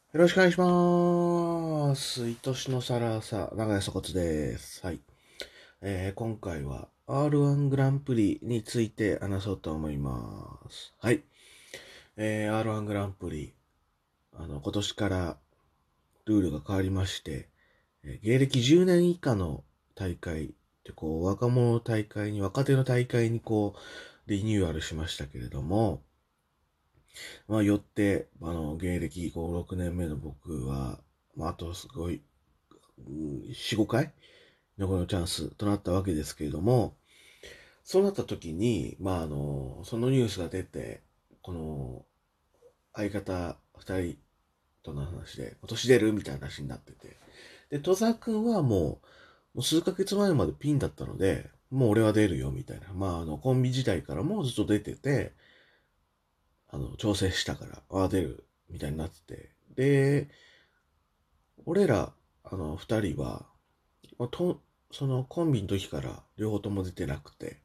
よろしくお願いします。愛しのサラサ、長屋そです。はい。今回は R1 グランプリについて話そうと思います。はい。R1 グランプリ、今年からルールが変わりまして、芸歴10年以下の大会で、若者の大会に、若手の大会にリニューアルしましたけれども、よって、芸歴5、6年目の僕は、あとすごい、4、5回残りのチャンスとなったわけですけれども、そうなった時に、そのニュースが出て、この、相方2人との話で、今年出るみたいな話になってて、で、戸沢くんはもう数ヶ月前までピンだったので、もう俺は出るよみたいな。コンビ時代からもずっと出てて、調整したから、出るみたいになってて。で、俺ら、二人は、まあと、そのコンビの時から両方とも出てなくて、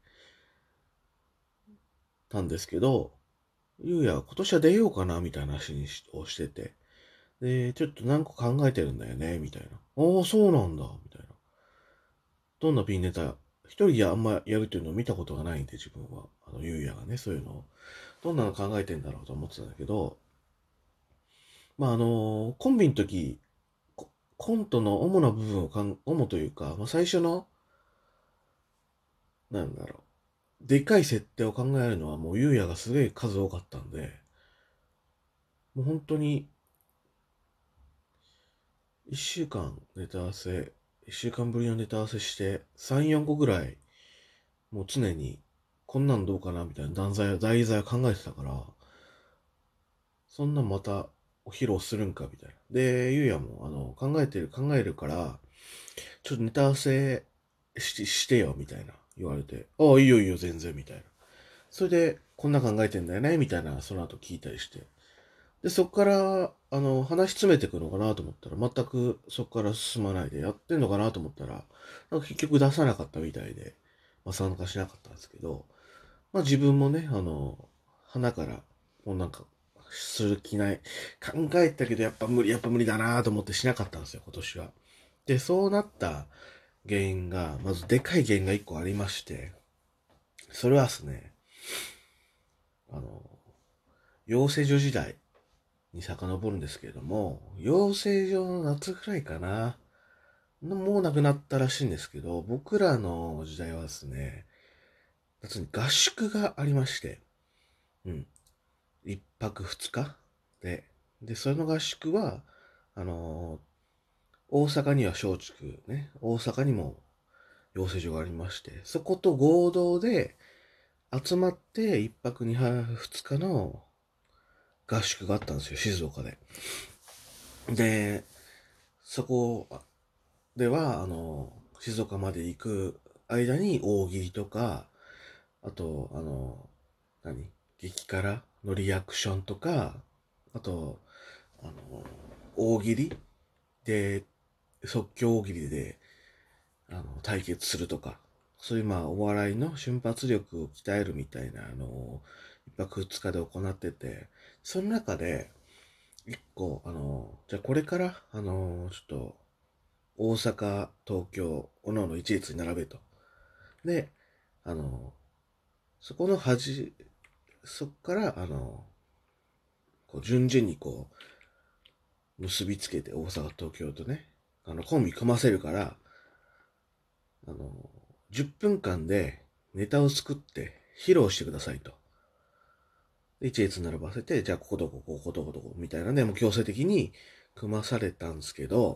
たんですけど、ゆうや今年は出ようかなみたいな話をしてて、で、ちょっと何個考えてるんだよね、みたいな。ああ、そうなんだ、みたいな。どんなピンネタ、一人であんまやるっていうのを見たことがないんで、自分は。ゆうやがね、そういうのを。どんなの考えてんだろうと思ってたんだけど、コンビの時、コントの主な部分を主というか、最初の、なんだろでかい設定を考えるのはもうゆうやがすげえ数多かったんで、もう本当に一週間ネタ合わせ、一週間ぶりのネタ合わせして3、4個ぐらい、もう常にこんなんどうかなみたいな題材を考えてたから、そんなんまたお披露するんかみたいな。で、ゆうやも考えるから、ちょっとネタ合わせしてよみたいな言われて、ああ、いいよいいよ全然みたいな。それで、こんな考えてんだよねみたいな、その後聞いたりして。で、そこから、話し詰めていくのかなと思ったら、全くそこから進まないでやってんのかなと思ったら、なんか結局出さなかったみたいで、参加しなかったんですけど、自分もね、花から、もうなんか、する気ない。考えたけど、やっぱ無理だなと思ってしなかったんですよ、今年は。で、そうなった原因が、まずでかい原因が一個ありまして、それはですね、あの、養成所時代に遡るんですけれども、養成所の夏ぐらいかな。もうなくなったらしいんですけど、僕らの時代はですね、夏に合宿がありまして、うん。一泊二日で、その合宿は、あの大阪には松竹ね、大阪にも養成所がありまして、そこと合同で集まって一泊二日の合宿があったんですよ、静岡で。で、そこでは、静岡まで行く間に大喜利とか、あと、激辛のリアクションとか、あと、あの、大喜利で、即興大喜利で、対決するとか、そういうお笑いの瞬発力を鍛えるみたいな、一泊二日で行ってて、その中で、一個、じゃあこれから、ちょっと、大阪、東京、おのおの一列に並べと。で、あの、そこの端、そこから、順々に結びつけて、大阪、東京とね、コンビ組ませるから、あの、10分間でネタを作って披露してくださいと。で一列並ばせて、じゃあこことここ、こことここ、みたいなね、もう強制的に組まされたんですけど、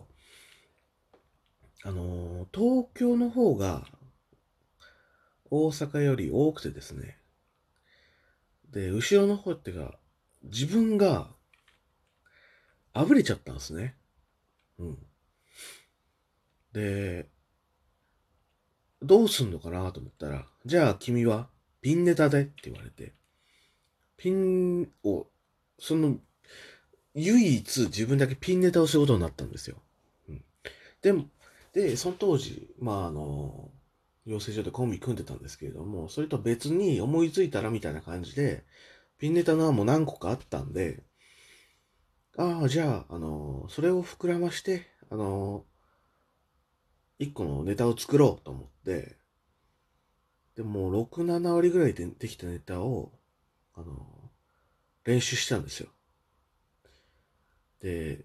東京の方が大阪より多くてですね、で、後ろの方ってか、自分があぶれちゃったんですね。うん。で、どうすんのかなと思ったら、じゃあ君はピンネタでって言われて、ピンを、その、唯一自分だけピンネタをすることになったんですよ。うん。でも、その当時、養成所でコンビ組んでたんですけれども、それと別に思いついたらみたいな感じで、ピンネタの案も何個かあったんで、 ああ、じゃあ、それを膨らまして、一個のネタを作ろうと思って、でもう6、7割ぐらいでできたネタを、あの、練習したんですよ。で、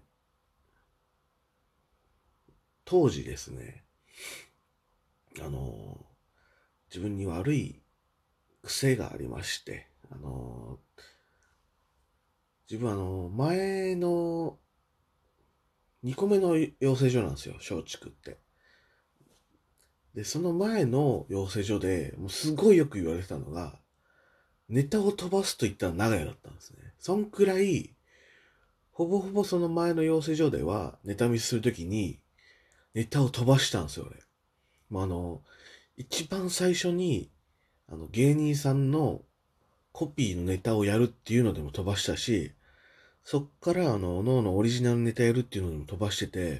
当時ですね、あの、自分に悪い癖がありまして、自分前の2個目の養成所なんですよ、松竹って。で、その前の養成所で、もうすごいよく言われてたのが、ネタを飛ばすと言ったら長屋だったんですね。そんくらい、ほぼほぼその前の養成所では、ネタ見せするときに、ネタを飛ばしたんですよ、俺。もう一番最初に、芸人さんのコピーのネタをやるっていうのでも飛ばしたし、そっから各々オリジナルネタやるっていうのでも飛ばしてて、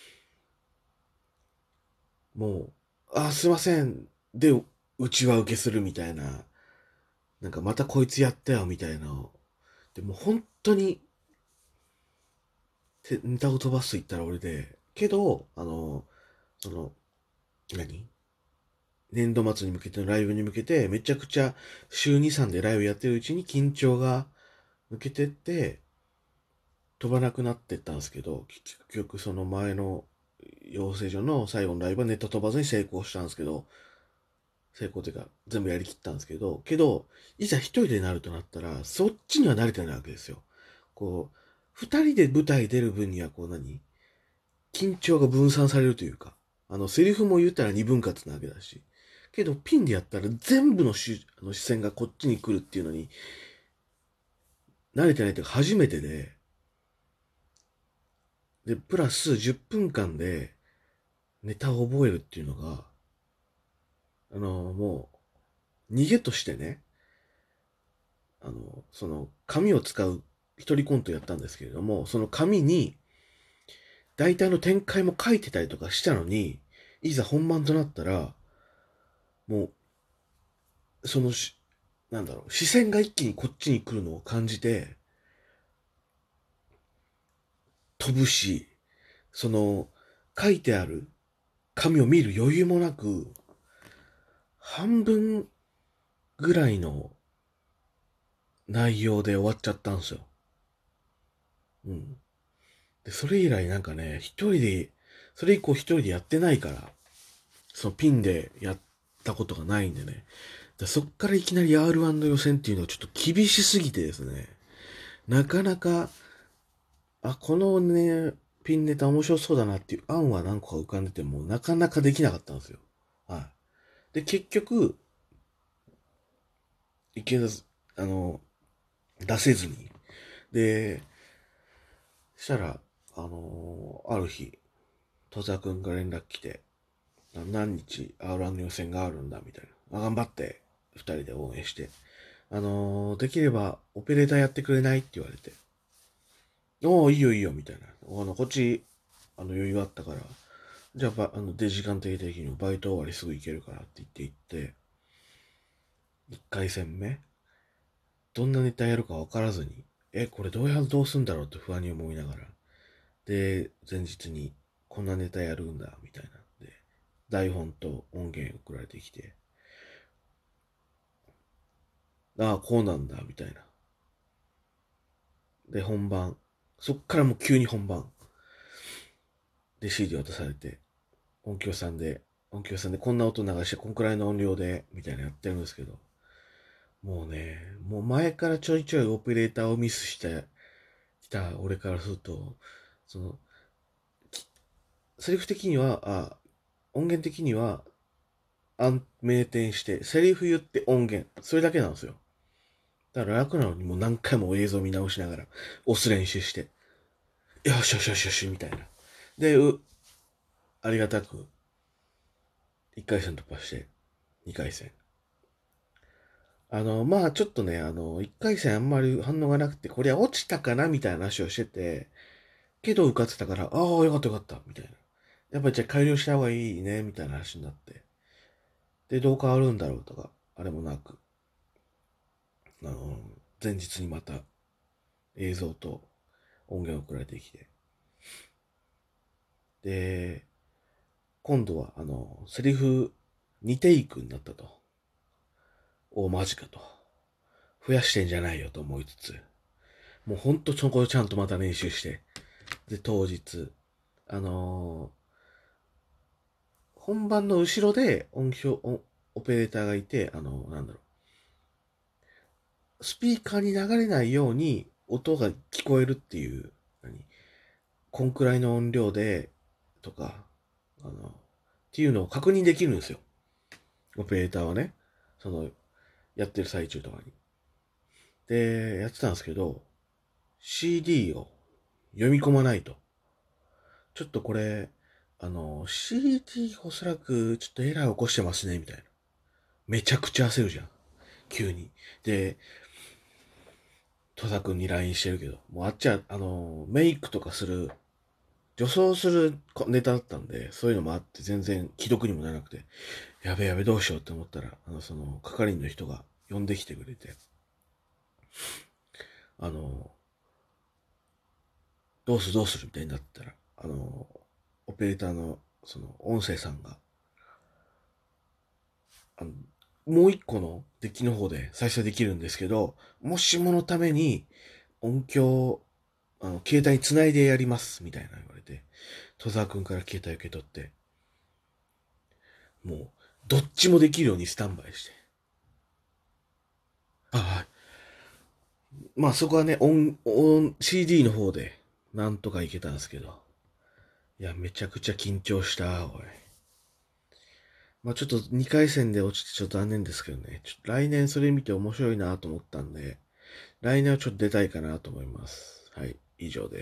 もう、すいません。で、うちは受けするみたいな、なんかまたこいつやったよみたいな。でも本当にネタを飛ばすと言ったら俺で、けど、その、何年度末に向けてのライブに向けて、めちゃくちゃ週2、3でライブやってるうちに緊張が抜けてって、飛ばなくなってったんですけど、結局その前の養成所の最後のライブはネタ飛ばずに成功したんですけど、成功というか全部やりきったんですけど、いざ一人でなるとなったら、そっちには慣れてないわけですよ。こう、二人で舞台出る分には緊張が分散されるというか、セリフも言ったら二分割なわけだし、けどピンでやったら全部の視線がこっちに来るっていうのに慣れてないというか初めてで、プラス10分間でネタを覚えるっていうのが、もう逃げとしてね、その紙を使う一人コントやったんですけれども、その紙に大体の展開も書いてたりとかしたのに、いざ本番となったら、もう、なんだろう、視線が一気にこっちに来るのを感じて、飛ぶし、その、書いてある紙を見る余裕もなく、半分ぐらいの内容で終わっちゃったんですよ。うん。で、それ以来なんかね、それ以降一人でやってないから、そのピンでやったことがないんでね。そっからいきなり R1 の予選っていうのはちょっと厳しすぎてですね、なかなか、このね、ピンネタ面白そうだなっていう案は何個か浮かんでても、なかなかできなかったんですよ。はい。で、結局、いけず、あの、出せずに。で、したら、ある日、戸田くんから連絡来て、何日 R1 の予選があるんだ、みたいな。頑張って、二人で応援して。できれば、オペレーターやってくれないって言われて。おー、いいよいいよ、みたいな。こっち、余裕あったから、じゃあ、で、時間的にもバイト終わりすぐ行けるからって言って行って、一回戦目、どんなネタやるか分からずに、これどうすんだろうって不安に思いながら、で、前日に、こんなネタやるんだ、みたいなんで、台本と音源送られてきて、こうなんだ、みたいな。で、本番。そっからもう急に本番。で、CD 渡されて、音響さんで、音響さんでこんな音流して、こんくらいの音量で、みたいなやってるんですけど、もうね、もう前からちょいちょいオペレーターをミスしてきた俺からすると、その、セリフ的には、音源的には、明転して、セリフ言って音源、それだけなんですよ。だから楽なのにもう何回も映像見直しながら、押す練習して、よしよしよしよし、みたいな。で、ありがたく、1回戦突破して、2回戦。まあちょっとね、1回戦あんまり反応がなくて、これは落ちたかなみたいな話をしてて、けど受かってたから、よかったよかった、みたいな。やっぱりじゃあ改良した方がいいね、みたいな話になって。で、どう変わるんだろうとか、あれもなく、あの、前日にまた映像と音源送られてきて。で、今度は、セリフ2テイクになったと。マジかと。増やしてんじゃないよと思いつつ、もうほんとちゃんとまた練習して、で、当日、あの本番の後ろでオペレーターがいて、なんだろう、スピーカーに流れないように音が聞こえるっていう、こんくらいの音量で、とか、っていうのを確認できるんですよ。オペレーターはね。やってる最中とかに。で、やってたんですけど、CD を読み込まないと。ちょっとこれ、CD おそらくちょっとエラー起こしてますね、みたいな。めちゃくちゃ焦るじゃん。急に。で、戸田くんに LINE してるけど、もうあっちは、メイクとかする、女装するネタだったんで、そういうのもあって全然既読にもならなくて、やべやべどうしようって思ったら、係員の人が呼んできてくれて、あの、どうするみたいになったら、オペレーターの、音声さんが、あの、もう一個のデッキの方で再生できるんですけど、もしものために音響、携帯に繋いでやります、みたいな言われて、戸沢くんから携帯受け取って、もう、どっちもできるようにスタンバイして。はい。まあそこはね、CD の方で、なんとかいけたんですけど。いや、めちゃくちゃ緊張した、おい。まあちょっと2回戦で落ちてちょっと残念ですけどね。来年それ見て面白いなと思ったんで、来年はちょっと出たいかなと思います。はい、以上です。